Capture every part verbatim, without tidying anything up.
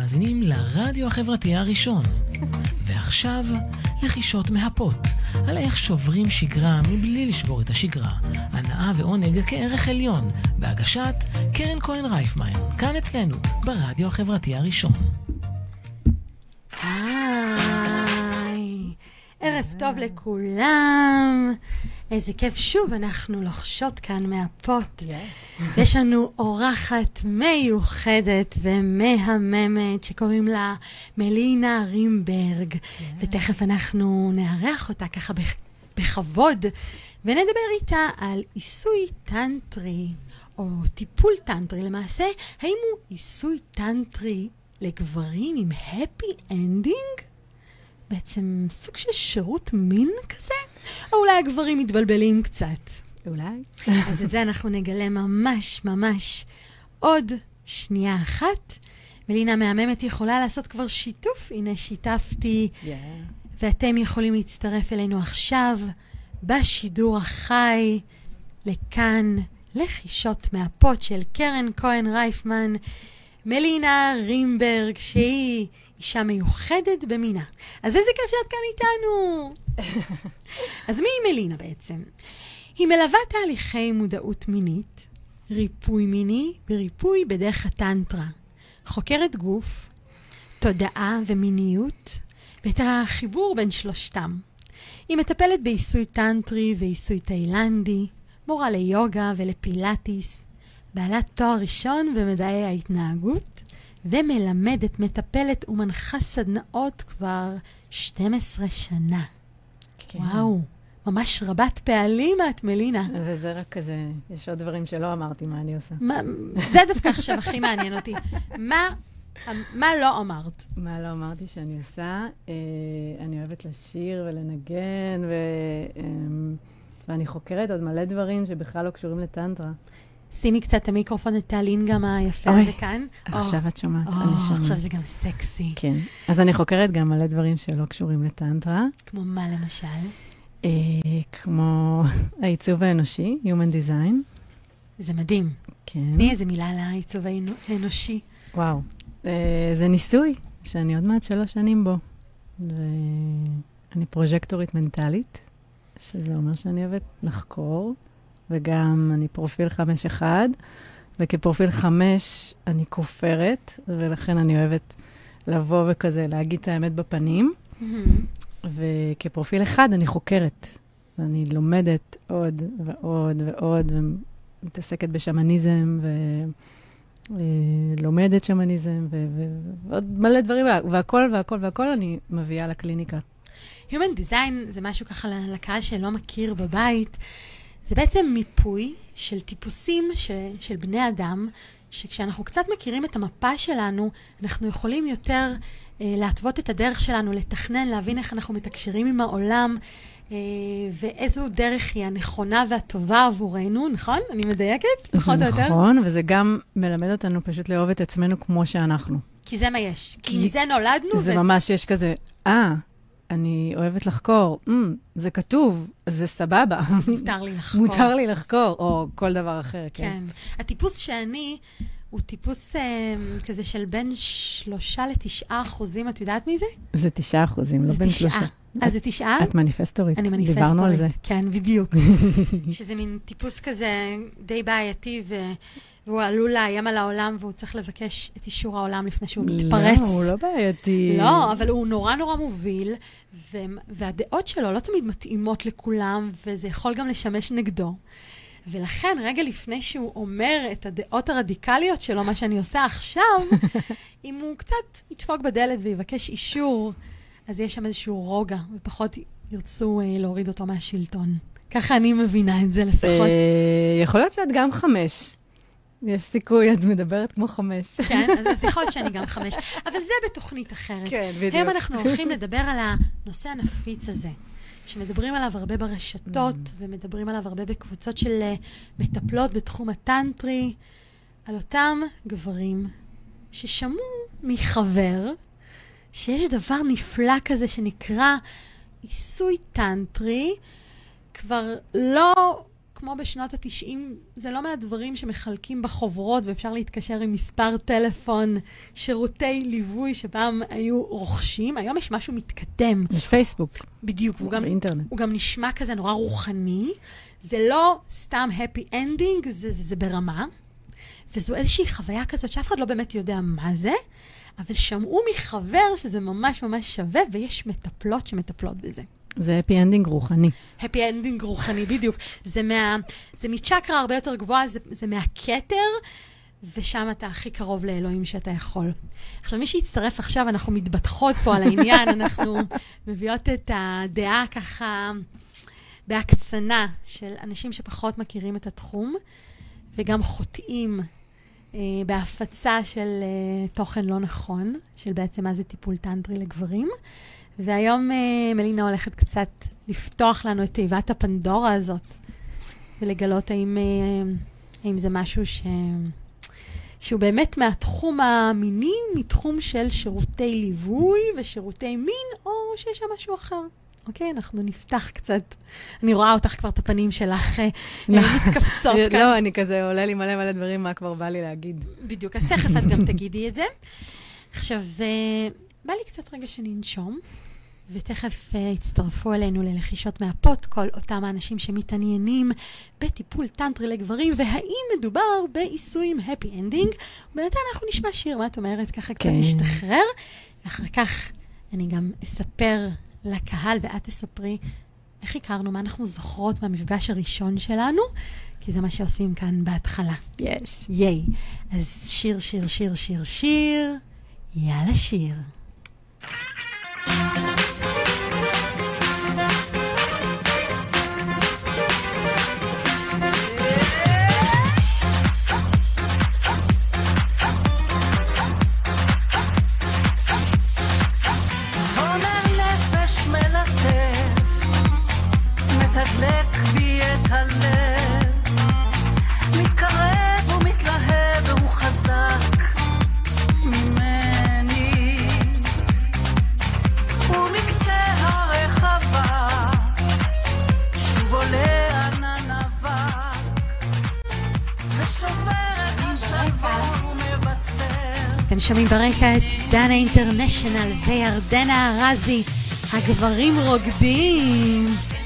מאזינים לרדיו החברתי הראשון. ועכשיו, לחישות מהפות, על איך שוברים שגרה מבלי לשבור את השגרה. הנאה ועונג כערך עליון, בהגשת קרן כהן רייפמן, כאן אצלנו, ברדיו החברתי הראשון. היי, ערב טוב לכולם. איזה כיף, שוב אנחנו לוחשות כאן מהפות. יש לנו אורחת מיוחדת ומהממת שקוראים לה מלינה רימברג, ותכף אנחנו נארח אותה ככה בכבוד, ונדבר איתה על עיסוי טנטרי, או טיפול טנטרי למעשה. האם הוא עיסוי טנטרי לגברים עם happy ending? בעצם סוג של שירות מין כזה? או אולי הגברים מתבלבלים קצת? אולי. אז את זה אנחנו נגלה ממש ממש עוד שנייה אחת. מלינה מהממת יכולה לעשות כבר שיתוף. הנה שיתפתי. Yeah. ואתם יכולים להצטרף אלינו עכשיו בשידור החי לכאן, לחישות מהפות של קרן כהן רייפמן, מלינה רימברג, שהיא אישה מיוחדת במינה. אז איזה כיף שאת כאן איתנו. אז מי היא מלינה בעצם? היא מלווה תהליכי מודעות מינית, ריפוי מיני וריפוי בדרך הטנטרה. חוקרת גוף, תודעה ומיניות, ואת החיבור בין שלושתם. היא מטפלת בעיסוי טנטרי ועיסוי תאילנדי, מורה ליוגה ולפילאטיס, בעלת תואר ראשון במדעי ההתנהגות, ומלמדת, מטפלת ומנחה סדנאות כבר שתים עשרה שנה. כן. וואו, ממש רבת פעלים את, מלינה. וזה רק כזה, יש עוד דברים שלא אמרתי מה אני עושה. מה, זה דווקא עכשיו הכי מעניין אותי. מה, מה לא אמרת? מה לא אמרתי שאני עושה? אה, אני אוהבת לשיר ולנגן, ו, אה, ואני חוקרת עוד מלא דברים שבכלל לא קשורים לטנטרה. שימי קצת את המיקרופון, את הלינגאם היפה הזה כאן. עכשיו את שומעת, אני שומעת. עכשיו זה גם סקסי. כן. אז אני חוקרת גם מלא דברים שלא קשורים לטנטרה. כמו מה למשל? כמו העיצוב האנושי, Human Design. זה מדהים. כן. תני איזה מילה על העיצוב האנושי. וואו. זה ניסוי שאני עוד מעט שלוש שנים בו. ואני פרוז'קטורית מנטלית, שזה אומר שאני אוהבת לחקור. וגם אני פרופיל חמש אחד, וכפרופיל חמש אני כופרת, ולכן אני אוהבת לבוא וכזה להגיד את האמת בפנים. Mm-hmm. וכפרופיל אחד אני חוקרת. ואני לומדת עוד ועוד ועוד, ומתעסקת בשמניזם, ולומדת שמניזם, ו- ו- ועוד מלא דברים, והכל והכל והכל אני מביאה לקליניקה. Human Design זה משהו ככה לקהל שלא מכיר בבית, זה בעצם מיפוי של טיפוסים של, של בני אדם, שכשאנחנו קצת מכירים את המפה שלנו, אנחנו יכולים יותר אה, להתוות את הדרך שלנו, לתכנן, להבין איך אנחנו מתקשרים עם העולם, אה, ואיזו דרך היא הנכונה והטובה עבורנו, נכון? אני מדייקת? זה נכון, יותר? וזה גם מלמד אותנו פשוט לאהוב את עצמנו כמו שאנחנו. כי זה מה יש. כי, כי מזה נולדנו. זה ו... ממש יש כזה, אה, אני אוהבת לחקור, mm, זה כתוב, זה סבבה. מותר לי לחקור. מותר לי לחקור, או כל דבר אחר, כן. כן. הטיפוס שאני, הוא טיפוס אה, כזה של בין שלושה לתשעה אחוזים, את יודעת מי זה? זה תשעה אחוזים, לא בין שלושה. אז זה תשעה? את מניפסטורית. אני מניפסטורית. דיברנו על זה. כן, בדיוק. שזה מין טיפוס כזה די בעייתי, ו... והוא עלול לאיים על העולם, והוא צריך לבקש את אישור העולם לפני שהוא מתפרץ. לא, הוא לא בעייתי. לא, אבל הוא נורא נורא מוביל, ו- והדעות שלו לא תמיד מתאימות לכולם, וזה יכול גם לשמש נגדו. ולכן, רגע לפני שהוא אומר את הדעות הרדיקליות שלו, מה שאני עושה עכשיו, אם הוא קצת ידפוק בדלת ויבקש אישור, אז יש שם איזשהו רוגע, ופחות ירצו אה, להוריד אותו מהשלטון. ככה אני מבינה את זה לפחות. יכול להיות שאת גם חמש. יש סיכוי, את מדברת כמו חמש. כן, אז יכול להיות שאני גם חמש. אבל זה בתוכנית אחרת. כן, בדיוק. היום אנחנו הולכים לדבר על הנושא הנפיץ הזה, שמדברים עליו הרבה ברשתות, ומדברים עליו הרבה בקבוצות של מטפלות בתחום הטנטרי, על אותם גברים ששמעו מחבר, שיש דבר נפלא כזה שנקרא עיסוי טנטרי, כבר לא כמו בשנות ה-תשעים, זה לא מהדברים שמחלקים בחוברות, ואפשר להתקשר עם מספר טלפון, שירותי ליווי שפעם היו רוכשים. היום יש משהו מתקדם. יש פייסבוק. בדיוק, והוא גם, באינטרנט. הוא גם נשמע כזה נורא רוחני. זה לא סתם happy ending, זה, זה, זה ברמה. וזו איזושהי חוויה כזאת שאף אחד לא באמת יודע מה זה, אבל שמעו מחבר שזה ממש ממש שווה, ויש מטפלות שמטפלות בזה. זה happy ending רוחני. happy ending רוחני, בדיוק. זה, מה, זה מצ'קרה הרבה יותר גבוהה, זה, זה מהכתר, ושם אתה הכי קרוב לאלוהים שאתה יכול. עכשיו, מי שיצטרף עכשיו, אנחנו מתבטחות פה על העניין, אנחנו מביאות את הדעה ככה בהקצנה של אנשים שפחות מכירים את התחום, וגם חוטאים אה, בהפצה של אה, תוכן לא נכון, של בעצם מה זה טיפול טנטרי לגברים. והיום אה, מלינה הולכת קצת לפתוח לנו את תיבת הפנדורה הזאת, ולגלות האם, אה, האם זה משהו ש... שהוא באמת מהתחום המיני, מתחום של שירותי ליווי ושירותי מין, או שיש שם משהו אחר. אוקיי, אנחנו נפתח קצת. אני רואה אותך כבר את הפנים שלך מתכווצות כאן. לא, אני כזה עולה לי מלא מלא דברים, מה כבר בא לי להגיד. בדיוק, אז תכף את גם תגידי את זה. עכשיו, בא לי קצת רגע שננשום, ותכף הצטרפו אלינו ללחישות מהפות, כל אותם האנשים שמתעניינים בטיפול טנטרי לגברים, והאם מדובר בעיסוי עם happy ending. ובינתיים אנחנו נשמע שיר, מה את אומרת? ככה קצת נשתחרר. ואחר כך אני גם אספר לקהל, ואת תספרי איך הכרנו, מה אנחנו זוכרות מהמפגש הראשון שלנו, כי זה מה שעושים כאן בהתחלה. יש. ייי. אז שיר, שיר, שיר, שיר, שיר. יאללה שיר. אתם שומעים ברקע את דנה אינטרנשיונל וירדנה ארזי, הגברים רוקדים.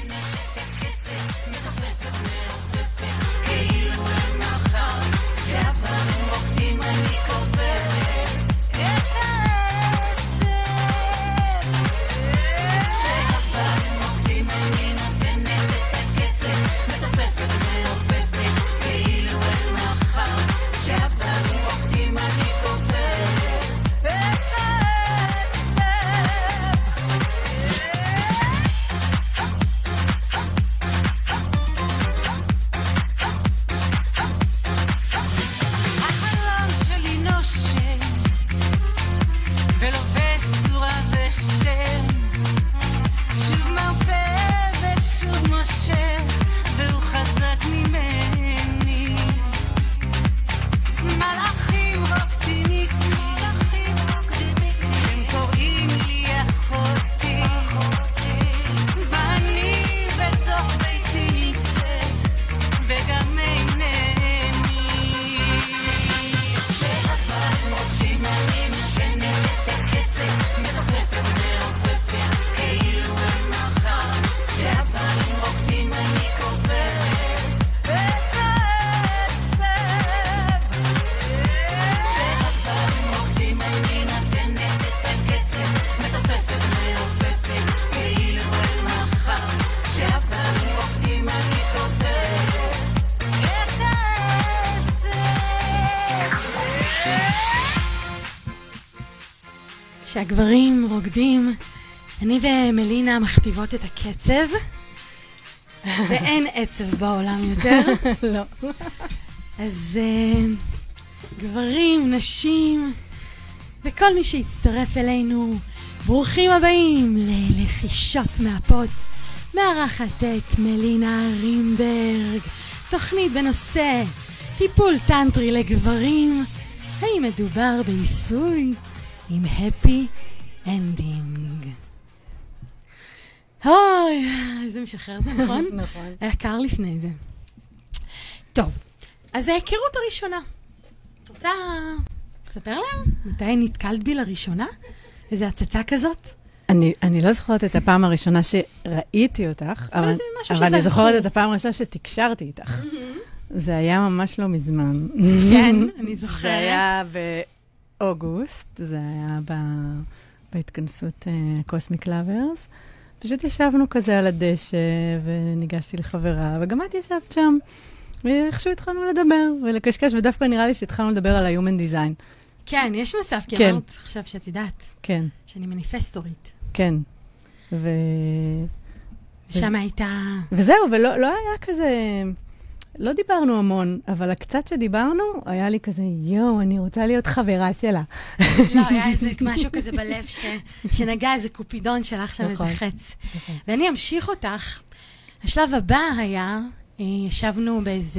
שהגברים רוקדים, אני ומלינה מכתיבות את הקצב, ואין עצב בעולם יותר. לא. אז uh, גברים, נשים, וכל מי שיצטרף אלינו, ברוכים הבאים ללחישות מהפות, מארחת את מלינה רימברג, תוכנית בנושא טיפול טנטרי לגברים. האם מדובר בעיסוי עם happy ending? אוי, זה משחרר, זה נכון? נכון. היה קר לפני זה. טוב, אז ההיכרות הראשונה. את רוצה לספר להם? מתי נתקלת בי לראשונה? איזו הצצה כזאת? אני, אני לא זוכרת את הפעם הראשונה שראיתי אותך, אבל, אבל, אבל אני זוכרת את הפעם הראשונה שתקשרתי איתך. זה היה ממש לא מזמן. כן, אני זוכרת. זה היה באוגוסט, זה היה ב... בהתכנסות קוסמיק לאברס. פשוט ישבנו כזה על הדשא, וניגשתי לחברה, וגם את ישבת שם, ואיכשהו התחלנו לדבר ולקשקש, ודווקא נראה לי שהתחלנו לדבר על ה-Human Design. כן, יש מצב, כי כן. אמרת עכשיו שאת יודעת. כן. שאני מניפסטורית. כן. ו... ושם הייתה... וזהו, ולא לא היה כזה... לא דיברנו המון, אבל הקצת שדיברנו, היה לי כזה, יואו, אני רוצה להיות חברה שלה. לא, היה איזה משהו כזה בלב ש... שנגע איזה קופידון שלך שם נכון. איזה חץ. נכון. ואני אמשיך אותך. השלב הבא היה, ישבנו באיזה...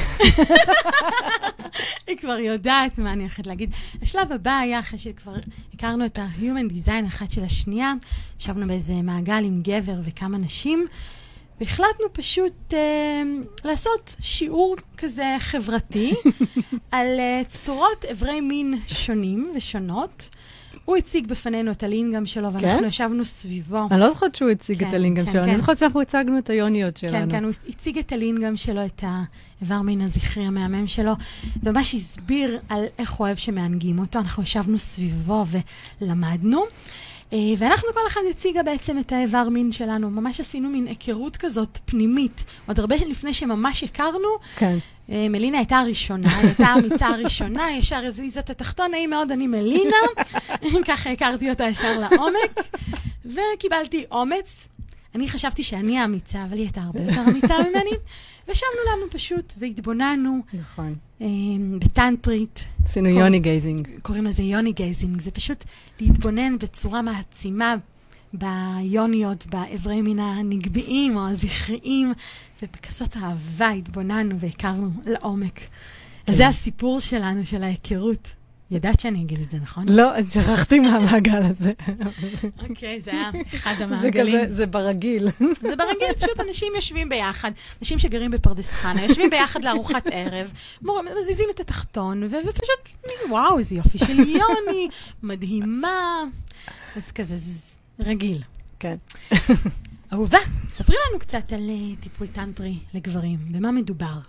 היא כבר יודעת מה אני הולכת להגיד. השלב הבא היה, אחרי שכבר הכרנו את ה-Human Design אחת של השנייה, ישבנו באיזה מעגל עם גבר וכמה נשים, והחלטנו פשוט אה, לעשות שיעור כזה חברתי על אה, צורות אברי מין שונים ושונות. הוא הציג בפנינו את הלינגאם שלו, ואנחנו ישבנו סביבו. אני לא זוכרת שהוא הציג את הלינגאם שלו, אני זוכרת שאנחנו הצגנו את היוניות שלנו. כן, כן, הוא הציג את הלינגאם שלו, את האיבר מין הזכרי המהמם שלו, וממש הסביר על איך הוא אוהב שמענגים אותו. אנחנו ישבנו סביבו ולמדנו, ואנחנו כל אחד הציגה בעצם את האיבר מין שלנו. ממש עשינו מין היכרות כזאת פנימית. עוד הרבה לפני שממש הכרנו, כן. מלינה הייתה הראשונה, היא הייתה האמיצה הראשונה, ישר הזיזה את התחתון, נעים מאוד, אני מלינה, ככה הכרתי אותה ישר לעומק, וקיבלתי אומץ. אני חשבתי שאני האמיצה, אבל היא הייתה הרבה יותר אמיצה ממני, וישבנו לנו פשוט, והתבוננו. נכון. בטנטרית. עשינו יוני גייזינג. קוראים לזה יוני גייזינג, זה פשוט להתבונן בצורה מעצימה ביוניות, באיברי מין הנגביים או הזכריים, ובכזאת אהבה התבוננו והכרנו לעומק. אז זה הסיפור שלנו, של ההיכרות. ידעת שאני אגיד את זה, נכון? לא, שכחתי מהמעגל הזה. אוקיי, זה היה אחד המעגלים. זה ברגיל. זה ברגיל, פשוט אנשים יושבים ביחד, אנשים שגרים בפרדס חנה, יושבים ביחד לארוחת ערב, מזיזים את התחתון, ופשוט, וואו, איזה יופי של יוני, מדהימה. אז כזה, זה רגיל. כן. אהובה, ספרי לנו קצת על טיפול טנטרי לגברים. במה מדובר?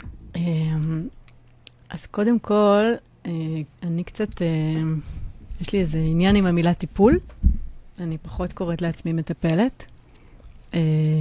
אז קודם כל, אני קצת, יש לי איזה עניין עם המילה טיפול. אני פחות קוראת לעצמי מטפלת. אני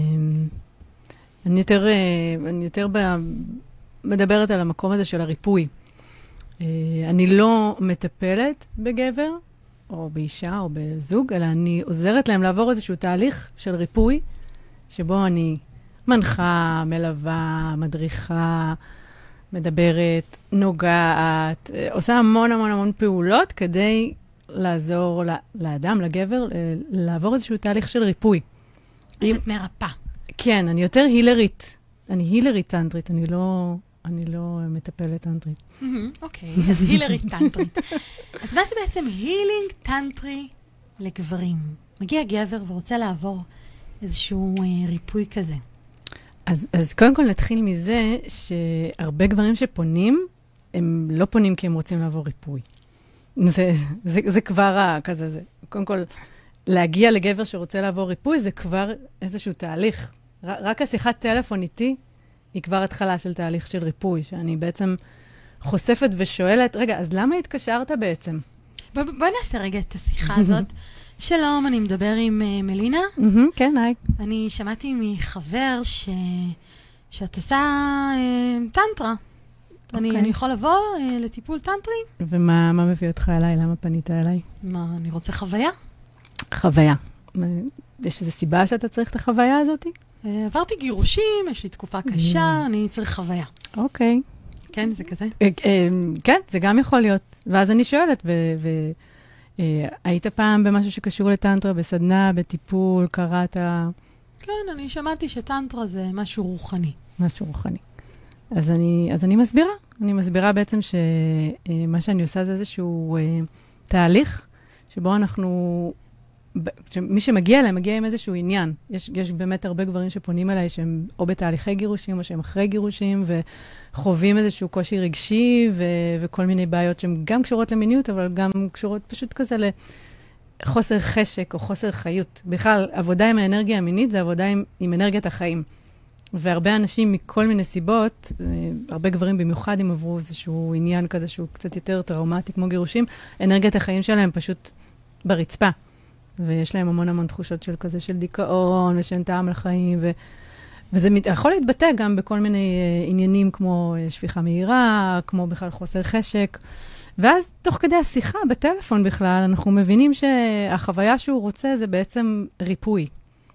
יותר, אני יותר מדברת על המקום הזה של הריפוי. אני לא מטפלת בגבר, או באישה, או בזוג, אלא אני עוזרת להם לעבור איזשהו תהליך של ריפוי, שבו אני מנחה, מלווה, מדריכה, מדברת, נוגעת, עושה המון המון המון פעולות כדי לעזור לאדם, לגבר, לעבור איזשהו תהליך של ריפוי. אז את מרפא. כן, אני יותר הילרית. אני הילרית טנטרית, אני לא, אני לא מטפלת טנטרית. אוקיי, אז הילרית טנטרית. אז מה זה בעצם הילינג טנטרי לגברים? מגיע גבר ורוצה לעבור איזשהו ריפוי כזה. אז, אז קודם כל נתחיל מזה שהרבה גברים שפונים, הם לא פונים כי הם רוצים לעבור ריפוי. זה, זה, זה כבר כזה, זה. קודם כל, להגיע לגבר שרוצה לעבור ריפוי, זה כבר איזשהו תהליך. רק השיחת טלפון איתי, היא כבר התחלה של תהליך של ריפוי, שאני בעצם חושפת ושואלת, רגע, אז למה התקשרת בעצם? בוא, בוא נעשה רגע את השיחה הזאת. שלום, אני מדבר עם uh, מלינה. Mm-hmm, כן, היי. אני שמעתי מחבר ש... שאת עושה uh, טנטרה. Okay. אני, אני יכול לבוא uh, לטיפול טנטרי. ומה מה מביא אותך אליי? למה פנית אליי? מה, אני רוצה חוויה. חוויה. יש איזו סיבה שאתה צריך את החוויה הזאת? Uh, עברתי גירושים, יש לי תקופה קשה, mm. אני צריך חוויה. אוקיי. Okay. כן, זה כזה? Uh, uh, כן, זה גם יכול להיות. ואז אני שואלת, ו... ו- Uh, היית פעם במשהו שקשור לטנטרה, בסדנה, בטיפול, קראת? כן, אני שמעתי שטנטרה זה משהו רוחני. משהו רוחני. אז אני, אז אני מסבירה. אני מסבירה בעצם שמה uh, שאני עושה זה איזשהו uh, תהליך, שבו אנחנו מי שמגיע אליהם, מגיע עם איזשהו עניין. יש, יש באמת הרבה גברים שפונים אליי, שהם או בתהליכי גירושים, או שהם אחרי גירושים, וחווים איזשהו קושי רגשי, ו, וכל מיני בעיות שהן גם קשורות למיניות, אבל גם קשורות פשוט כזה לחוסר חשק, או חוסר חיות. בכלל, עבודה עם האנרגיה המינית, זה עבודה עם, עם אנרגיית החיים. והרבה אנשים מכל מיני סיבות, הרבה גברים במיוחד אם עברו איזשהו עניין כזה שהוא קצת יותר טראומטי כמו גירושים, אנרגיית החיים שלהם פשוט ברצפה. ויש להם המון המון תחושות של כזה של דיכאון ושאין טעם לחיים, ו... וזה מת... יכול להתבטא גם בכל מיני uh, עניינים כמו uh, שפיכה מהירה, כמו בכלל חוסר חשק. ואז תוך כדי השיחה בטלפון בכלל, אנחנו מבינים שהחוויה שהוא רוצה זה בעצם ריפוי.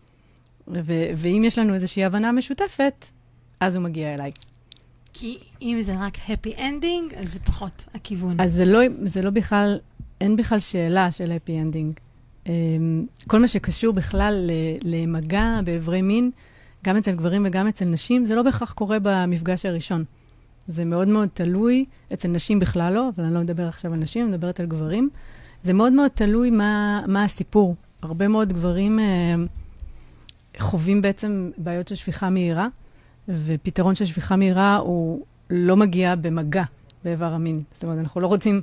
ו- ואם יש לנו איזושהי הבנה משותפת, אז הוא מגיע אליי. כי אם זה רק happy ending, אז זה פחות הכיוון. אז זה לא, זה לא בכלל, אין בכלל שאלה של happy ending. Um, כל מה שקשור בכלל למגע בעברי מין, גם אצל גברים וגם אצל נשים, זה לא בהכרח קורה במפגש הראשון. זה מאוד מאוד תלוי, אצל נשים בכלל לא, אבל אני לא מדבר עכשיו על נשים, אני מדברת על גברים. זה מאוד מאוד תלוי מה, מה הסיפור. הרבה מאוד גברים... Uh, חווים בעצם בעיות של שפיכה מהירה, ופתרון של שפיכה מהירה הוא לא מגיע במגע באיבר המין. זאת אומרת, אנחנו לא רוצים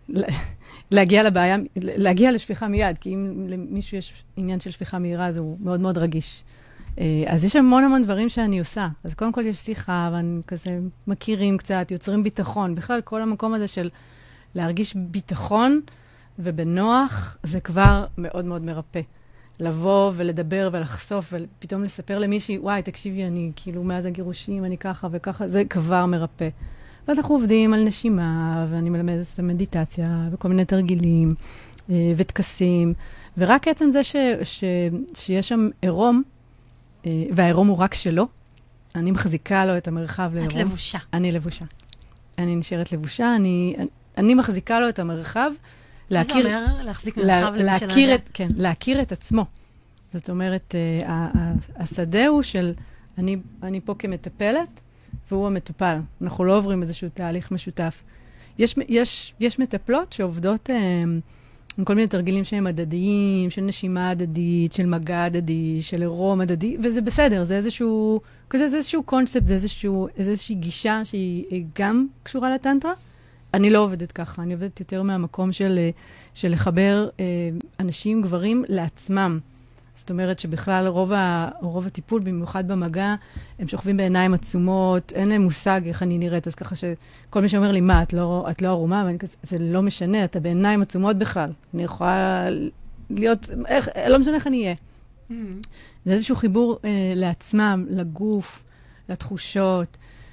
להגיע לבעיה, להגיע לשפיכה מיד, כי אם למישהו יש עניין של שפיכה מהירה, אז הוא מאוד מאוד רגיש. אז יש המון המון דברים שאני עושה. אז קודם כל יש שיחה, ואני כזה מכירים קצת, יוצרים ביטחון. בכלל, כל המקום הזה של להרגיש ביטחון ובנוח, זה כבר מאוד מאוד מרפא. לבוא ולדבר ולחשוף, ופתאום לספר למישהי, וואי, תקשיבי, אני כאילו מאז הגירושים, אני ככה וככה, זה כבר מרפא. ואז אנחנו עובדים על נשימה, ואני מלמדת את המדיטציה, וכל מיני תרגילים, ותקסים, ורק עצם זה ש, ש, שיש שם עירום, והעירום הוא רק שלו, אני מחזיקה לו את המרחב לעירום. את לבושה. אני לבושה. אני נשארת לבושה, אני, אני מחזיקה לו את המרחב, להכיר, מה זה אומר? להחזיק מרחב לה, להכיר את, כן, להכיר את עצמו. זאת אומרת, uh, השדה הוא של, אני, אני פה כמטפלת, והוא המטופל. אנחנו לא עוברים איזשהו תהליך משותף. יש, יש, יש מטפלות שעובדות uh, עם כל מיני תרגילים שהם הדדיים, של נשימה הדדית, של מגע הדדי, של עירום הדדי, וזה בסדר, זה איזשהו, כזה, זה איזשהו קונספט, זה איזשהו, איזושהי גישה שהיא גם קשורה לטנטרה, אני לא עובדת ככה, אני עובדת יותר מהמקום של, של לחבר אה, אנשים, גברים, לעצמם. זאת אומרת שבכלל רוב, ה, רוב הטיפול, במיוחד במגע, הם שוכבים בעיניים עצומות, אין להם מושג איך אני נראית, אז ככה שכל מי שאומר לי, מה, את לא, את לא ערומה? ואני כזה, זה לא משנה, אתה בעיניים עצומות בכלל. אני יכולה להיות, איך, לא משנה איך אני אהיה. Mm-hmm. זה איזשהו חיבור אה, לעצמם, לגוף, לתחושות,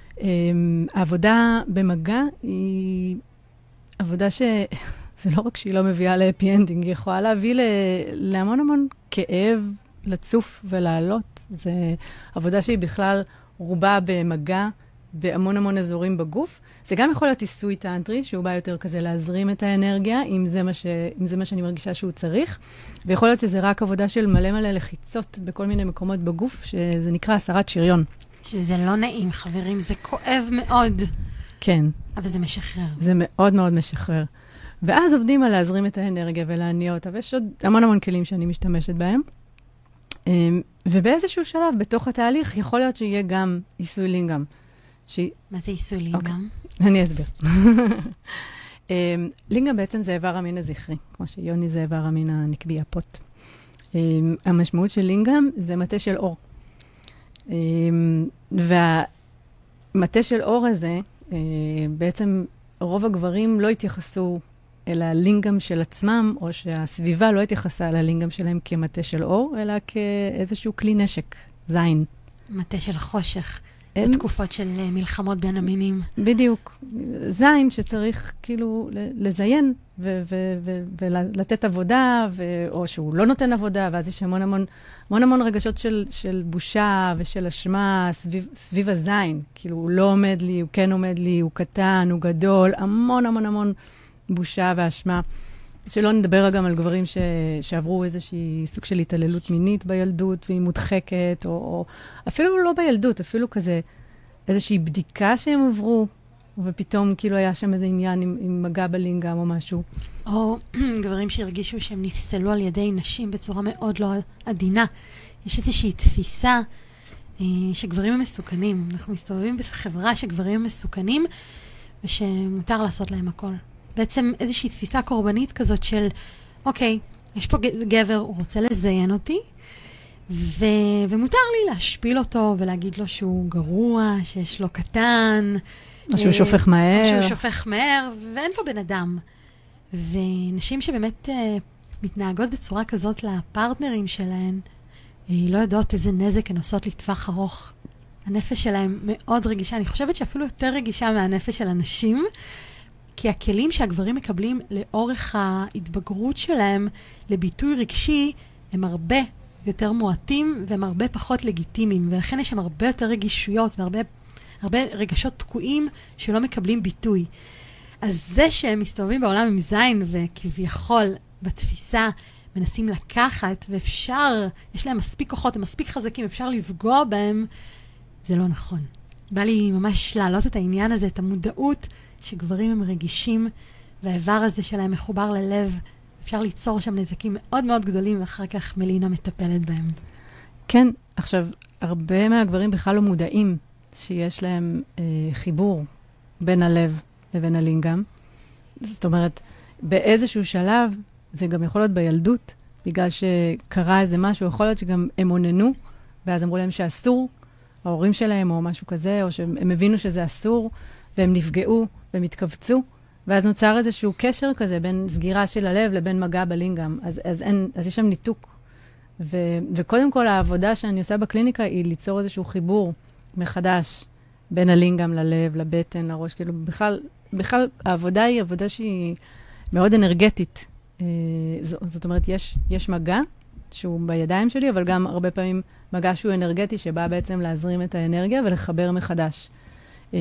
העבודה במגע היא עבודה שזה לא רק שהיא לא מביאה להפי אנדינג, היא יכולה להביא להמון המון כאב, לצוף ולעלות. זו עבודה שהיא בכלל רובה במגע בהמון המון אזורים בגוף. זה גם יכול להיות עיסוי טנטרי, שהוא בא יותר כזה להזרים את האנרגיה, אם זה מה, ש... אם זה מה שאני מרגישה שהוא צריך. ויכול להיות שזה רק עבודה של מלא מלא לחיצות בכל מיני מקומות בגוף, שזה נקרא הסרת שריון. שזה לא נעים, חברים, זה כואב מאוד. כן. אבל זה משחרר. זה מאוד מאוד משחרר. ואז עובדים על להזרים את האנרגיה ולהניע אותה, ויש עוד המון המון כלים שאני משתמשת בהם. ובאיזשהו שלב, בתוך התהליך, יכול להיות שיהיה גם עיסוי לינגאם. ש... מה זה עיסוי לינגאם? Okay. אני אסביר. לינגאם בעצם זה איבר המין הזכרי, כמו שיוני זה איבר המין הנקבי, הפוט. המשמעות של לינגאם זה מטה של אור. והמטה של אור הזה, בעצם רוב הגברים לא התייחסו אל הלינגאם של עצמם, או שהסביבה לא התייחסה אל הלינגאם שלהם כמטה של אור, אלא כאיזשהו כלי נשק, זין. מטה של חושך, הם... בתקופות של מלחמות בין המינים. בדיוק. זין שצריך כאילו לזיין ו- ו- ו- ולתת עבודה, ו- או שהוא לא נותן עבודה, ואז יש המון המון, המון המון רגשות של, של בושה ושל אשמה סביב, סביב הזין. כאילו, הוא לא עומד לי, הוא כן עומד לי, הוא קטן, הוא גדול, המון המון המון בושה ואשמה. שלא נדבר גם על גברים ש- שעברו איזושהי סוג של התעללות מינית בילדות, והיא מודחקת, או, או אפילו לא בילדות, אפילו כזה איזושהי בדיקה שהם עברו, ופתאום כאילו היה שם איזה עניין עם, עם מגע בלינגאם או משהו. או גברים שהרגישו שהם נפסלו על ידי נשים בצורה מאוד לא עדינה. יש איזושהי תפיסה אה, שגברים הם מסוכנים. אנחנו מסתובבים בחברה שגברים הם מסוכנים, ושמותר לעשות להם הכל. בעצם איזושהי תפיסה קורבנית כזאת של, אוקיי, יש פה גבר, הוא רוצה לזיין אותי, ו... ומותר לי להשפיל אותו ולהגיד לו שהוא גרוע, שיש לו קטן. או שהוא שופך מהר. או שהוא שופך מהר, ואין פה בן אדם. ונשים שבאמת uh, מתנהגות בצורה כזאת לפרטנרים שלהן, uh, לא יודעות איזה נזק הן עושות לטווח ארוך. הנפש שלהם מאוד רגישה. אני חושבת שאפילו יותר רגישה מהנפש של הנשים, כי הכלים שהגברים מקבלים לאורך ההתבגרות שלהם לביטוי רגשי, הם הרבה יותר מועטים והם הרבה פחות לגיטימיים, ולכן יש שם הרבה יותר רגישויות והרבה הרבה רגשות תקועים שלא מקבלים ביטוי. אז זה שהם מסתובבים בעולם עם זין וכביכול בתפיסה מנסים לקחת, ואפשר, יש להם מספיק כוחות, הם מספיק חזקים, אפשר לפגוע בהם, זה לא נכון. בא לי ממש להעלות את העניין הזה, את המודעות שגברים הם רגישים, והאיבר הזה שלהם מחובר ללב, אפשר ליצור שם נזקים מאוד מאוד גדולים, ואחר כך מלינה מטפלת בהם. כן, עכשיו, הרבה מהגברים בכלל לא מודעים שיש להם אה, חיבור בין הלב לבין הלינגאם. זאת אומרת, באיזשהו שלב, זה גם יכול להיות בילדות, בגלל שקרה איזה משהו, יכול להיות שגם הם עוננו, ואז אמרו להם שאסור, ההורים שלהם או משהו כזה, או שהם הבינו שזה אסור, והם נפגעו והם התכווצו, ואז נוצר איזשהו קשר כזה בין סגירה של הלב לבין מגע בלינגאם. אז, אז, אין, אז יש שם ניתוק. ו, וקודם כל, העבודה שאני עושה בקליניקה היא ליצור איזשהו חיבור מחדש בין הלינגאם ללב, לבטן, לראש. כאילו, בכלל, בכלל, העבודה היא עבודה שהיא מאוד אנרגטית. אה, זאת, זאת אומרת, יש, יש מגע שהוא בידיים שלי, אבל גם הרבה פעמים מגע שהוא אנרגטי, שבא בעצם להזרים את האנרגיה ולחבר מחדש. אה,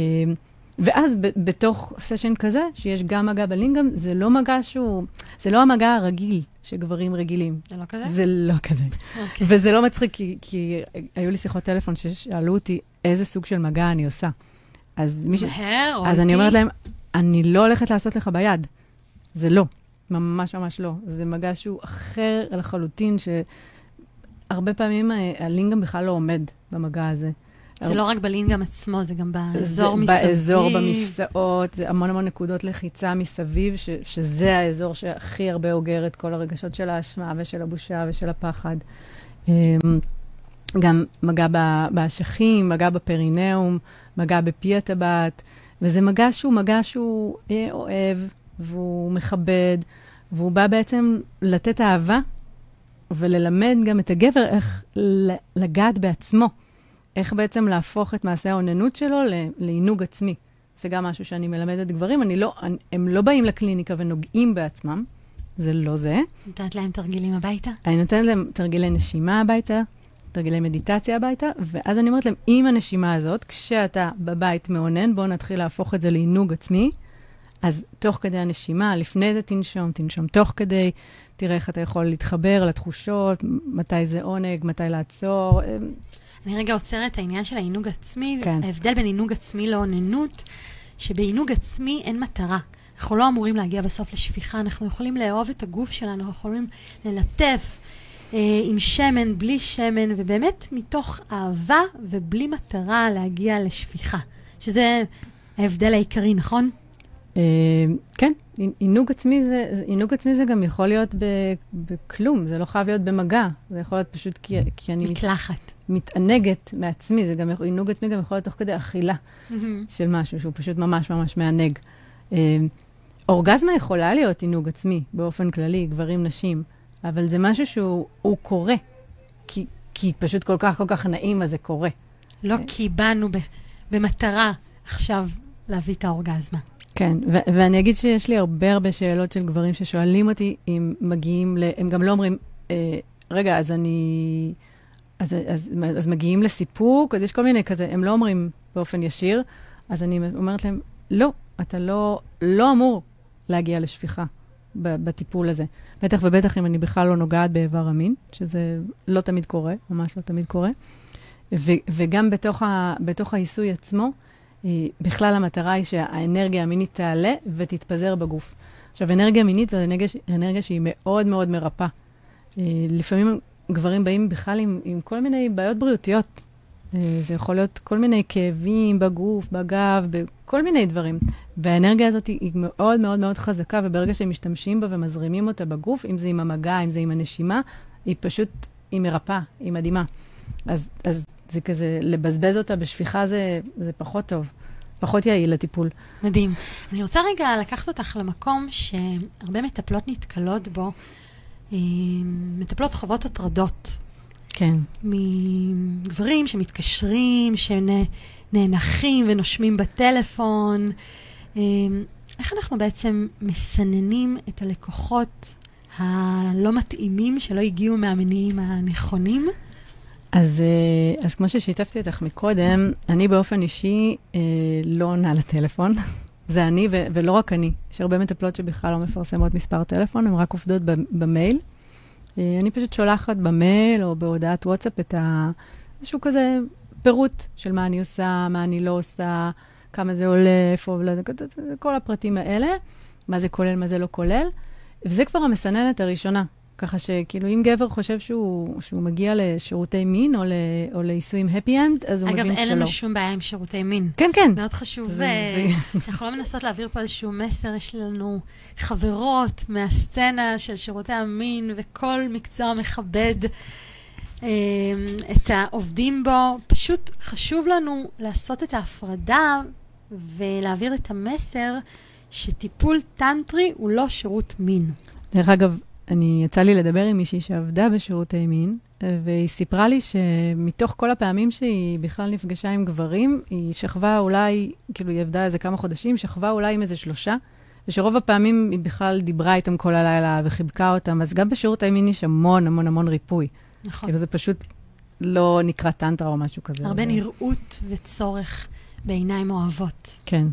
ואז ב- בתוך סשן כזה, שיש גם מגע בלינגאם, זה לא מגע שהוא, זה לא המגע הרגיל שגברים רגילים. זה לא כזה? זה לא כזה. Okay. וזה לא מצחיק, כי, כי היו לי שיחות טלפון ששאלו אותי איזה סוג של מגע אני עושה. אז, מי ש... מהר, אז אני אומרת להם, אני לא הולכת לעשות לך ביד. זה לא. ממש ממש לא. זה מגע שהוא אחר לחלוטין, שהרבה פעמים הלינגאם בכלל לא עומד במגע הזה. זה לא רק בלינגאם עצמו, זה גם באזור מסביב. באזור, במפסעות, זה המון המון נקודות לחיצה מסביב, ש, שזה האזור שהכי הרבה אוגר את כל הרגשות של האשמה ושל הבושה ושל הפחד. גם מגע באשכים, מגע בפרינאום, מגע בפי הטבעת, וזה מגע שהוא מגע שהוא אוהב, והוא מכבד, והוא בא בעצם לתת אהבה, וללמד גם את הגבר איך לגעת בעצמו. איך בעצם להפוך את מעשה העוננות שלו לעינוג עצמי. זה גם משהו שאני מלמדת גברים. אני לא, אני, הם לא באים לקליניקה ונוגעים בעצמם. זה לא זה. נתנת להם תרגילים הביתה? אני נותנת להם תרגילי נשימה הביתה, תרגילי מדיטציה הביתה, ואז אני אומרת להם, עם הנשימה הזאת, כשאתה בבית מעונן, בוא נתחיל להפוך את זה לעינוג עצמי. אז תוך כדי הנשימה, לפני זה תנשום, תנשום תוך כדי, תראה איך אתה יכול להתחבר לתחושות, מתי זה עונג, מתי לעצור. אני רגע עוצרת את העניין של העינוג עצמי, כן. ההבדל בין עינוג עצמי לעוננות, שבעינוג עצמי אין מטרה. אנחנו לא אמורים להגיע בסוף לשפיכה, אנחנו יכולים לאהוב את הגוף שלנו, אנחנו יכולים ללטף אה, עם שמן, בלי שמן, ובאמת מתוך אהבה ובלי מטרה להגיע לשפיכה. שזה ההבדל העיקרי, נכון? אה, כן, עינוג עצמי זה, עינוג עצמי זה גם יכול להיות בכלום, זה לא חייב להיות במגע, זה יכול להיות פשוט כי, כי אני מקלחת. מתענגת מעצמי, זה גם, עינוג עצמי גם יכול להיות תוך כדי אכילה mm-hmm. של משהו שהוא פשוט ממש ממש מענג. אה, אורגזמה יכולה להיות עינוג עצמי באופן כללי, גברים, נשים, אבל זה משהו שהוא קורה, כי, כי פשוט כל כך כל כך נעים, אז זה קורה. לא כי באנו ב, במטרה עכשיו להביא את האורגזמה. כן, ו- ואני אגיד שיש לי הרבה הרבה שאלות של גברים ששואלים אותי אם מגיעים, ל- הם גם לא אומרים, אה, רגע, אז אני, אז, אז, אז, אז מגיעים לסיפוק, אז יש כל מיני כזה, הם לא אומרים באופן ישיר, אז אני אומרת להם, לא, אתה לא, לא אמור להגיע לשפיכה בטיפול הזה. בטח ובטח אם אני בכלל לא נוגעת באיבר המין, שזה לא תמיד קורה, ממש לא תמיד קורה. ו- וגם בתוך, ה- בתוך העיסוי עצמו, בכלל המטרה היא שהאנרגיה המינית תעלה ותתפזר בגוף. עכשיו, אנרגיה מינית זו אנרגיה, אנרגיה שהיא מאוד מאוד מרפאה. לפעמים גברים באים בכלל עם, עם כל מיני בעיות בריאותיות. זה יכול להיות כל מיני כאבים בגוף, בגב, בכל מיני דברים. והאנרגיה הזאת היא מאוד מאוד מאוד חזקה, וברגע שהם משתמשים בה ומזרימים אותה בגוף, אם זה עם המגע, אם זה עם הנשימה, היא פשוט, היא מרפאה, היא מדהימה. אז, אז זה כזה, לבזבז אותה בשפיכה זה, זה פחות טוב, פחות יעיל לטיפול. מדהים. אני רוצה רגע לקחת אותך למקום שהרבה מטפלות נתקלות בו, מטפלות חוות הטרדות. כן. מגברים שמתקשרים, שנאנחים ונושמים בטלפון. איך אנחנו בעצם מסננים את הלקוחות הלא מתאימים, שלא הגיעו מהמניעים הנכונים? אז, אז כמו ששיתפתי אותך מקודם, אני באופן אישי אה, לא עונה לטלפון. זה אני ו- ולא רק אני. יש הרבה מטפלות שבכלל לא מפרסמות מספר טלפון, הן רק עובדות במייל. אה, אני פשוט שולחת במייל או בהודעת וואטסאפ את ה... איזשהו כזה פירוט של מה אני עושה, מה אני לא עושה, כמה זה עולה, איפה, כל הפרטים האלה, מה זה כולל, מה זה לא כולל. וזה כבר המסננת הראשונה. ככה שכאילו אם גבר חושב שהוא, שהוא מגיע לשירותי מין או, ל, או לעיסוי עם happy end, אז הוא אגב, מבין שלא. אגב, אין לנו שום בעיה עם שירותי מין. כן, כן. מאוד חשוב. זה, זה... שאנחנו לא מנסות להעביר פה איזשהו מסר, יש לנו חברות מהסצנה של שירותי המין, וכל מקצוע מכבד אה, את העובדים בו. פשוט חשוב לנו לעשות את ההפרדה ולהעביר את המסר שטיפול טנטרי הוא לא שירות מין. דרך אגב, אני יצא לי לדבר עם מישהי שעבדה בשירותי מין, והיא סיפרה לי שמתוך כל הפעמים שהיא בכלל נפגשה עם גברים, היא שכבה אולי, כאילו היא עבדה איזה כמה חודשים, שכבה אולי עם איזה שלושה, ושרוב הפעמים היא בכלל דיברה איתם כל הלילה וחיבקה אותם, אז גם בשירותי מין יש המון המון המון ריפוי. נכון. כאילו זה פשוט לא נקרא טנטרה או משהו כזה. הרבה זה... נראות וצורך בעיניים אוהבות. כן,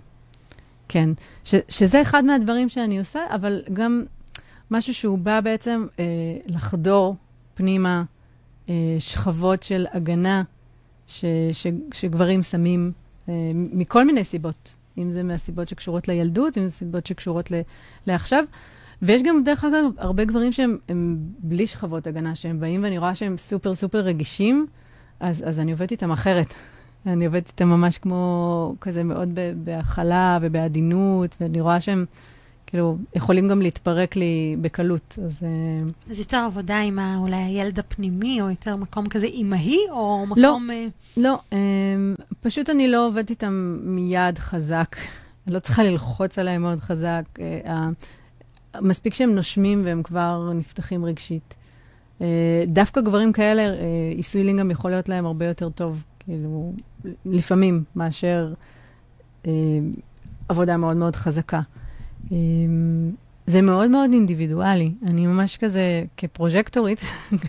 כן. ש- שזה אחד מהדברים שאני עושה, אבל גם... משהו שהוא בא בעצם אה, לחדור פנימה אה, שכבות של הגנה ש, ש, שגברים שמים אה, מכל מיני סיבות. אם זה מהסיבות שקשורות לילדות, אם זה סיבות שקשורות ל, לעכשיו. ויש גם דרך אגב הרבה גברים שהם הם בלי שכבות הגנה, שהם באים ואני רואה שהם סופר סופר רגישים, אז, אז אני עובדת איתם אחרת. אני עובדת איתם ממש כמו כזה מאוד בהכלה ובעדינות, ואני רואה שהם... כאילו, יכולים גם להתפרק לי בקלות, אז... אז יותר עבודה עם אולי הילד הפנימי, או יותר מקום כזה אימהי, או מקום... לא, לא, פשוט אני לא עובדת איתם מיד חזק. אני לא צריכה ללחוץ עליהם מאוד חזק. מספיק שהם נושמים והם כבר נפתחים רגשית. דווקא גברים כאלה, עיסוי לינג גם יכול להיות להם הרבה יותר טוב, כאילו, לפעמים, מאשר עבודה מאוד מאוד חזקה. זה מאוד מאוד אינדיבידואלי. אני ממש כזה, כפרוז'קטורית,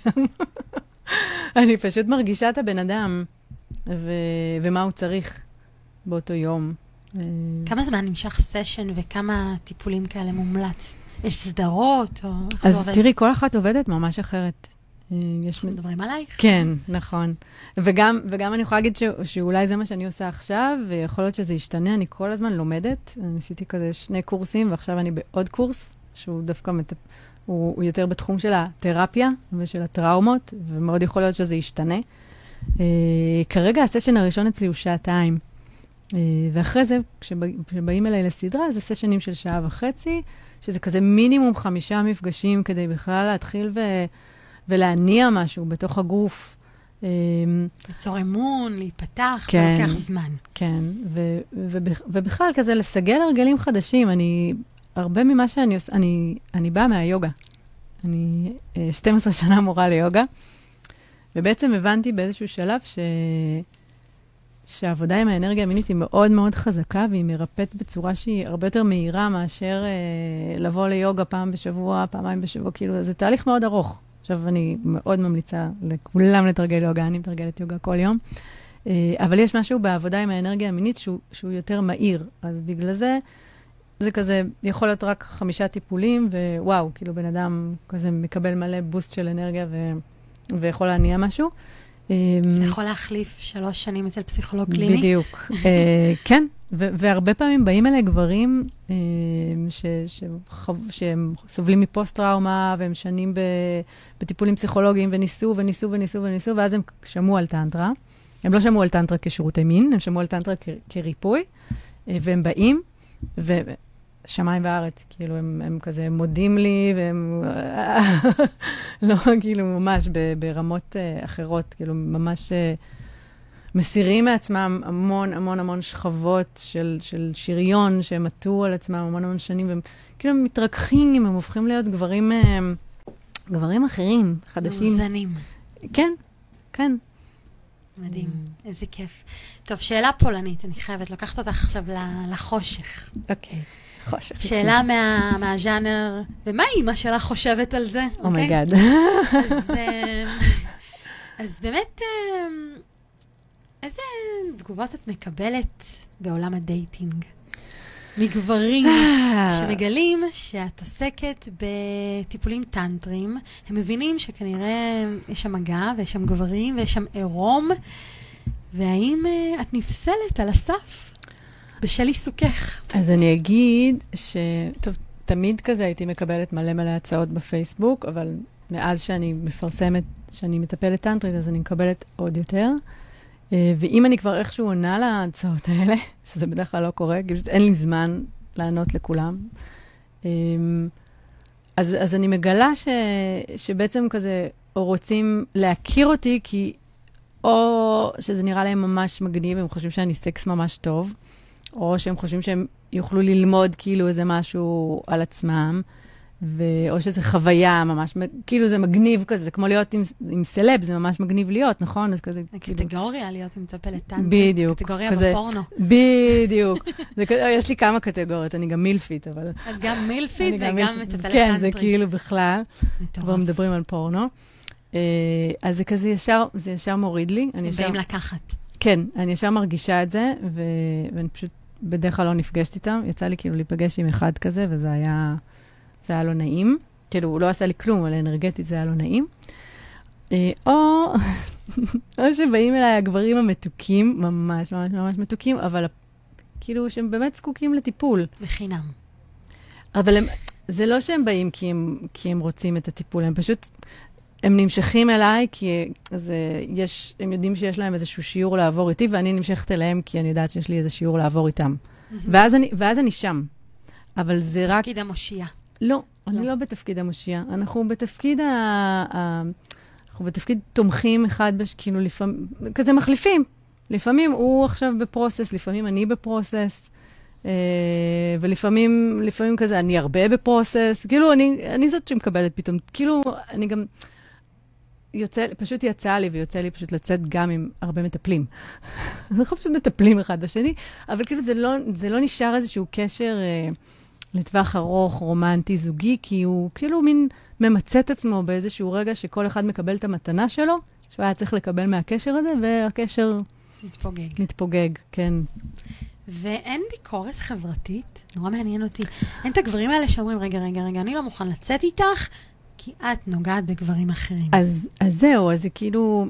אני פשוט מרגישה את הבן אדם, ו- ומה הוא צריך באותו יום. כמה זמן נמשך סשן וכמה טיפולים כאלה מומלץ? יש סדרות? או... אז תראי, כל אחת עובדת ממש אחרת. אנחנו מדברים עלייך. כן, נכון. וגם, וגם אני יכולה להגיד ש, שאולי זה מה שאני עושה עכשיו, ויכול להיות שזה ישתנה, אני כל הזמן לומדת. אני עשיתי כזה שני קורסים, ועכשיו אני בעוד קורס, שהוא דווקא מטפ... הוא, הוא יותר בתחום של התרפיה ושל הטראומות, ומאוד יכול להיות שזה ישתנה. Uh, כרגע הסשן הראשון אצלי הוא שעתיים. Uh, ואחרי זה, כשבא, כשבאים אליי לסדרה, זה סשנים של שעה וחצי, שזה כזה מינימום חמישה מפגשים, כדי בכלל להתחיל ו... ולהניע משהו בתוך הגוף. ליצור אמון, להיפתח, כן, זה לוקח זמן. כן, ו- ובכ- ובכלל כזה לסגל הרגלים חדשים. אני, הרבה ממה שאני עושה, אני, אני באה מהיוגה. אני שתים עשרה שנה מורה ליוגה, ובעצם הבנתי באיזשהו שלב ש... שהעבודה עם האנרגיה המינית היא מאוד מאוד חזקה, והיא מרפאת בצורה שהיא הרבה יותר מהירה מאשר אה, לבוא ליוגה פעם בשבוע, פעמיים בשבוע, כאילו, זה תהליך מאוד ארוך. עכשיו, אני מאוד ממליצה לכולם לתרגל יוגה, אני מתרגלת יוגה כל יום. אבל יש משהו בעבודה עם האנרגיה המינית שהוא, שהוא יותר מהיר. אז בגלל זה, זה כזה, יכול להיות רק חמישה טיפולים, ווואו, כאילו בן אדם כזה מקבל מלא בוסט של אנרגיה ו, ויכול להניע משהו. זה יכול להחליף שלוש שנים אצל פסיכולוג קליני? בדיוק. כן, והרבה פעמים באים אליי גברים שהם סובלים מפוסט-טראומה, והם שנים בטיפולים פסיכולוגיים, וניסו וניסו וניסו וניסו, ואז הם שמעו על טנטרה. הם לא שמעו על טנטרה כשירותי מין, הם שמעו על טנטרה כריפוי, והם באים, ושמיים וארץ, כאילו, הם, הם כזה מודים לי, והם לא, כאילו, ממש ברמות אחרות, כאילו, ממש מסירים מעצמם המון, המון, המון שכבות של, של שריון, שהם עטו על עצמם המון, המון שנים, והם כאילו מתרככים, הם הופכים להיות גברים, גברים אחרים, חדשים. מאוזנים. כן, כן. מדהים, איזה כיף. טוב, שאלה פולנית, אני חייבת לקחת אותך עכשיו לחושך. אוקיי, חושך. שאלה מהז'אנר, ומה אימא שלך חושבת על זה? אומייגאד. אז באמת, איזה תגובות את מקבלת בעולם הדייטינג? מגברים שמגלים שאת עוסקת בטיפולים טנטרים, הם מבינים שכנראה יש שם מגע ויש שם גברים ויש שם עירום, והאם את נפסלת על הסף בשל עיסוקך? אז אני אגיד ש... טוב, תמיד כזה הייתי מקבלת מלא מלא הצעות בפייסבוק, אבל מאז שאני מפרסמת, שאני מטפלת טנטרית, אז אני מקבלת עוד יותר. ואם אני כבר איכשהו עונה להצעות האלה, שזה בדרך כלל לא קורה, כי פשוט אין לי זמן לענות לכולם, אז, אז אני מגלה ש, שבעצם כזה, או רוצים להכיר אותי, כי או שזה נראה להם ממש מגניב, הם חושבים שאני סקס ממש טוב, או שהם חושבים שהם יוכלו ללמוד כאילו איזה משהו על עצמם, ו... או שזה חוויה ממש, כאילו זה מגניב כזה, זה כמו להיות עם, עם סלב, זה ממש מגניב להיות, נכון? אז כזה, הקטגוריה כאילו... להיות עם מטפלת טנטרית. בדיוק. קטגוריה כזה, בפורנו. בדיוק. זה, יש לי כמה קטגוריות, אני גם מילפית, אבל... את גם מילפית וגם מטפלת טנטרית. כן, זה כאילו בכלל. כבר מדברים על פורנו. אז זה כזה ישר, זה ישר מוריד לי. הם באים לקחת. כן, אני ישר מרגישה את זה, ו... ואני פשוט בדרך כלל לא נפגשת איתם. יצא לי כאילו להיפגש עם אחד כזה, וזה היה... זה היה לא נעים. כאילו, הוא לא עשה לי כלום, אבל אנרגטית זה היה לא נעים. או, או שבאים אליי הגברים המתוקים, ממש ממש ממש מתוקים, אבל כאילו שהם באמת זקוקים לטיפול. בחינם. אבל הם, זה לא שהם באים כי הם, כי הם רוצים את הטיפול, הם פשוט, הם נמשכים אליי, כי זה, יש, הם יודעים שיש להם איזשהו שיעור לעבור איתי, ואני נמשכת אליהם כי אני יודעת שיש לי איזה שיעור לעבור איתם. ואז אני, ואז אני שם. אבל זה רק... תפקיד המושיע. לא, אני לא בתפקיד המושיע. אנחנו בתפקיד ה... אנחנו בתפקיד תומכים אחד, כאילו לפעמים, כזה מחליפים. לפעמים הוא עכשיו בפרוסס, לפעמים אני בפרוסס, ולפעמים, לפעמים כזה, אני הרבה בפרוסס. כאילו, אני, אני זאת שמקבלת פתאום. כאילו, אני גם... יוצא, פשוט יצא לי, ויוצא לי פשוט לצאת גם עם הרבה מטפלים. אנחנו פשוט מטפלים אחד בשני, אבל כאילו זה לא, זה לא נשאר איזשהו קשר... לטווח ארוך, רומנטי, זוגי, כי הוא כאילו מין ממצא את עצמו באיזשהו רגע שכל אחד מקבל את המתנה שלו, שהוא היה צריך לקבל מהקשר הזה, והקשר... מתפוגג. מתפוגג, כן. ואין ביקורת חברתית, נורא מעניין אותי. אין את הגברים האלה שאומרים, רגע, רגע, רגע, אני לא מוכן לצאת איתך, כי את נוגעת בגברים אחרים. אז, אז זהו, אז זה כאילו...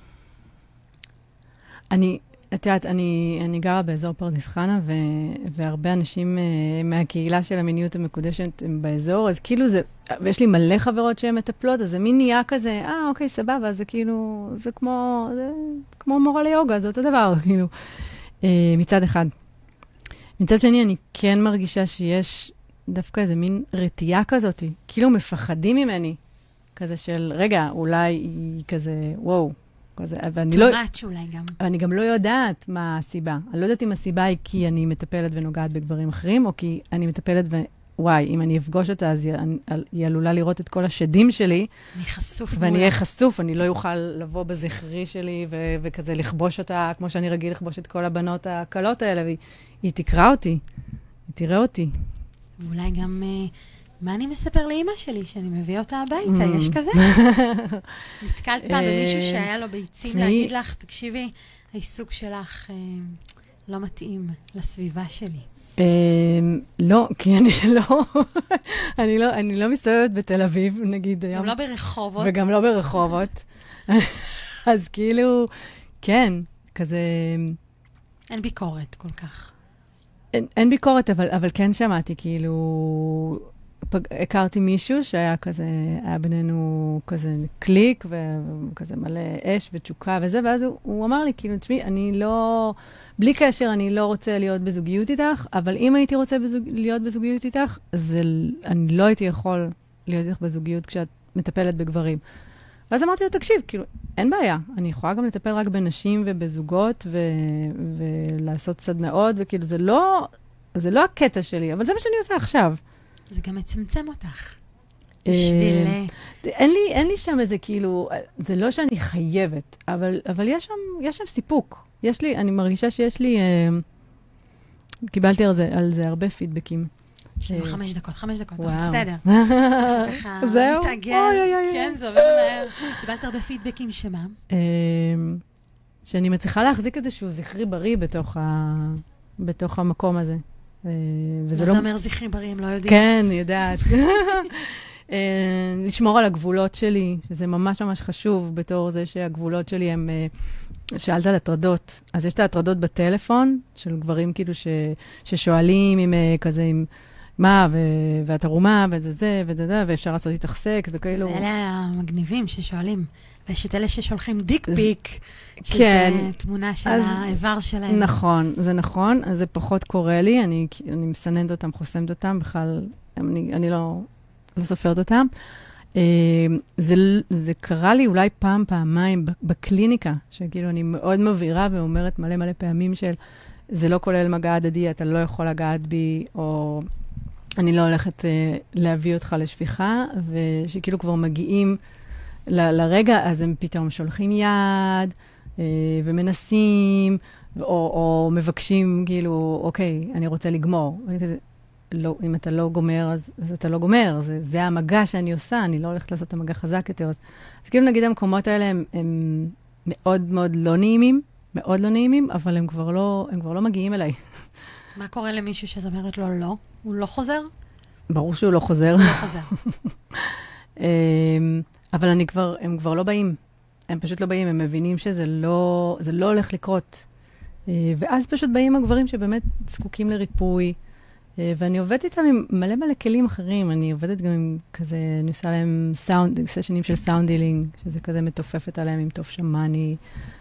אני... את יודעת, אני, אני גרה באזור פרדס חנה, ו, והרבה אנשים uh, מהקהילה של המיניות המקודשת הם באזור, אז כאילו זה, ויש לי מלא חברות שהן מטפלות, אז זה מין נהיה כזה, אה, אוקיי, סבבה, זה כאילו, זה כמו, זה כמו מורה ליוגה, זה אותו דבר, כאילו, uh, מצד אחד. מצד שני, אני כן מרגישה שיש דווקא איזה מין רתיעה כזאת, כאילו מפחדים ממני, כזה של, רגע, אולי היא כזה, וואו, כזה, ואני לא... תומץ אולי גם. אני גם לא יודעת מה הסיבה. אני לא יודעת אם הסיבה היא כי אני מטפלת ונוגעת בגברים אחרים, או כי אני מטפלת ווואי, אם אני אפגוש אותה, אז היא עלולה לראות את כל השדים שלי. אני חשוף. ואני אהיה חשוף, אני לא יוכל לבוא בזכרי שלי ו- וכזה לכבוש אותה, כמו שאני רגיל לכבוש את כל הבנות הקלות האלה, והיא תקרא אותי, היא תראה אותי. ואולי גם... מה אני מספר לאמא שלי, שאני מביא אותה הביתה? יש כזה? נתקלת פעם במישהו שהיה לו ביצים להגיד לך, תקשיבי, העיסוק שלך לא מתאים לסביבה שלי. לא, כי אני לא, אני לא, אני לא מסתובבת בתל אביב, נגיד. גם לא ברחובות. וגם לא ברחובות. אז כאילו, כן, כזה... אין ביקורת כל כך. אין, אין ביקורת, אבל, אבל כן שמעתי, כאילו... פג... הכרתי מישהו שהיה כזה, היה בינינו כזה קליק, וכזה מלא אש ותשוקה וזה, ואז הוא, הוא אמר לי, כאילו, תשמעי, אני לא... בלי קשר, אני לא רוצה להיות בזוגיות איתך, אבל אם הייתי רוצה בזוג... להיות בזוגיות איתך, זה... אני לא הייתי יכול להיות איתך בזוגיות כשאת מטפלת בגברים. ואז אמרתי לו, תקשיב, כאילו, אין בעיה. אני יכולה גם לטפל רק בנשים ובזוגות, ו... ולעשות סדנאות, וכאילו, זה לא... זה לא הקטע שלי, אבל זה מה שאני עושה עכשיו. זה גם מצמצם אותך. בשביל... אין לי, אין לי שם איזה כאילו, זה לא שאני חייבת, אבל, אבל יש שם, יש שם סיפוק. יש לי, אני מרגישה שיש לי, אה, קיבלתי על זה, על זה הרבה פידבקים. יש לנו חמש דקות, חמש דקות, וואו. בסדר. ככה, זהו? מתעגל. אוי, אוי, אוי. כן, זה עובר מהר. קיבלת הרבה פידבקים שמה? אה, שאני מצליחה להחזיק איזשהו זכרי בריא בתוך, ה, בתוך המקום הזה. מה זה אומר זכרי בריא, הם לא יודעים? כן, אני יודעת. לשמור על הגבולות שלי, שזה ממש ממש חשוב בתור זה שהגבולות שלי הם... שאלת על הטרדות. אז יש את ההטרדות בטלפון, של גברים כאילו ש, ששואלים עם כזה, עם מה, ו, ואת ערומה, וזה זה, וזה זה, ואפשר לעשות איתך סקס, וכאילו... אלה המגניבים ששואלים. ויש את אלה ששולחים דיק פיק, שזה כן. תמונה של האיבר שלהם. נכון, זה נכון. אז זה פחות קורה לי. אני, אני מסננת אותם, חוסמת אותם, בכלל, אני, אני לא, לא סופרת אותם. זה, זה קרה לי אולי פעם, פעמיים בקליניקה, שכאילו אני מאוד מבהירה ואומרת מלא מלא פעמים של, זה לא כולל מגע הדדי, אתה לא יכול לגעת בי, או אני לא הולכת uh, להביא אותך לשפיחה, ושכאילו כבר מגיעים ל- לרגע, אז הם פתאום שולחים יד, uh, ומנסים, או, או מבקשים, כאילו, אוקיי, אני רוצה לגמור. ואני כזה, לא, אם אתה לא גומר, אז, אז אתה לא גומר. זה, זה המגע שאני עושה, אני לא הולכת לעשות את המגע חזק יותר. אז, אז כאילו נגיד המקומות האלה הם, הם מאוד מאוד לא נעימים, מאוד לא נעימים, אבל הם כבר לא, הם כבר לא מגיעים אליי. מה קורה למישהו שאת אומרת לו לא? הוא לא חוזר? ברור שהוא לא חוזר. הוא לא חוזר. אבל אני כבר, הם כבר לא באים. הם פשוט לא באים, הם מבינים שזה לא, זה לא הולך לקרות. ואז פשוט באים הגברים שבאמת זקוקים לריפוי, ואני עובדת איתם עם מלא מלא כלים אחרים. אני עובדת גם עם כזה, אני עושה להם סאונד, סשנים של סאונד הילינג, שזה כזה מתופפת עליהם עם תוף שמאני.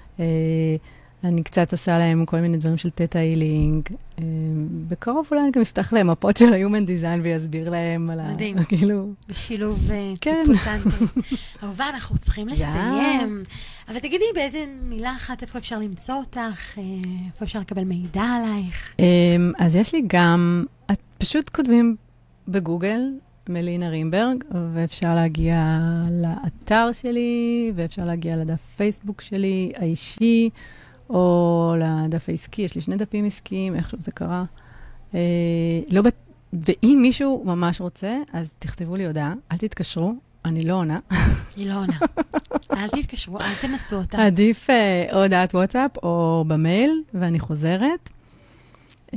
אני קצת עושה להם כל מיני דברים של תטא הילינג. בקרוב אולי אני גם אפתח להם מפות של ה-Human Design ויסביר להם על ה... מדהים. כאילו... בשילוב טיפול טנטרי. אהובה, אנחנו צריכים לסיים. אבל תגידי באיזה מילה אחת, איפה אפשר למצוא אותך? איפה אפשר לקבל מידע עלייך? אז יש לי גם... את פשוט כותבים בגוגל, מלינה רימברג, ואפשר להגיע לאתר שלי, ואפשר להגיע לדף פייסבוק שלי, האישי, או לדף העסקי, יש לי שני דפים עסקיים, איך זה קרה. אה, לא בת... ואם מישהו ממש רוצה, אז תכתבו לי הודעה, אל תתקשרו, אני לא עונה. היא לא עונה. אל תתקשרו, אל תנסו אותה. עדיף אה, הודעת וואטסאפ או במייל, ואני חוזרת. אה,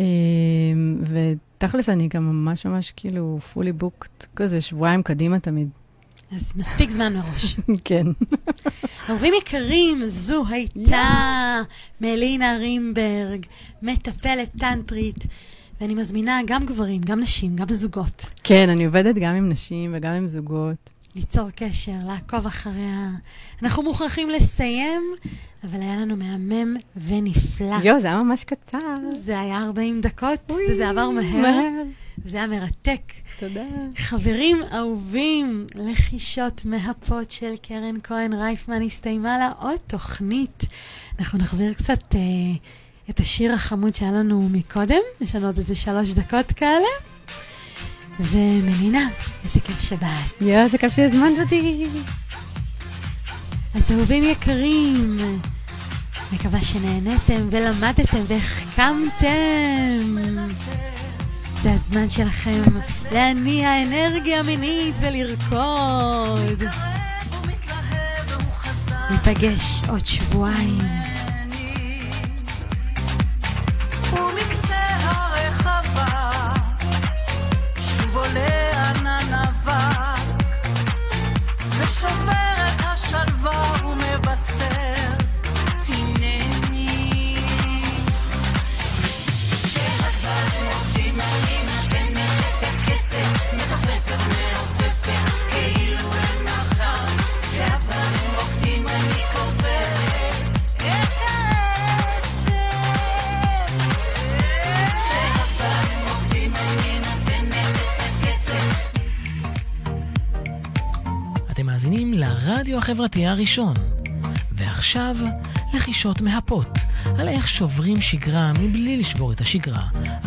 ותכלס אני גם ממש ממש כאילו פולי בוקט, כזה שבועיים קדימה תמיד. אז מספיק זמן מראש. כן. אהובים יקרים, זו הייתה מלינה רימברג, מטפלת טנטרית, ואני מזמינה גם גברים, גם נשים, גם זוגות. כן, אני עובדת גם עם נשים וגם עם זוגות. ליצור קשר, לעקוב אחריה. אנחנו מוכרחים לסיים, אבל היה לנו מהמם ונפלא. יו, זה היה ממש קצר. זה היה ארבעים דקות, וזה עבר מהר. מהר. זה היה מרתק. תודה. חברים אהובים, לחישות מהפות של קרן כהן רייפמן, הסתיימה לה עוד תוכנית. אנחנו נחזיר קצת אה, את השיר החמוד שהיה לנו מקודם. יש לנו עוד איזה שלוש דקות כאלה. ומלינה, איזה כיף שבאת. יו, איזה כיף שהזמנת אותי. אז אהובים יקרים, מקווה שנהנתם ולמדתם והחכמתם. זה הזמן שלכם להניע אנרגיה מינית ולרקוד. ניפגש עוד שבועיים. ומקצה הרחבה שוב עולה ענן אבק ושובר את השלווה ומבשר אתם מאזינים לרדיו החברתי הראשון. ועכשיו, לחישות מהפות, על איך שוברים שגרה מבלי לשבור את השגרה.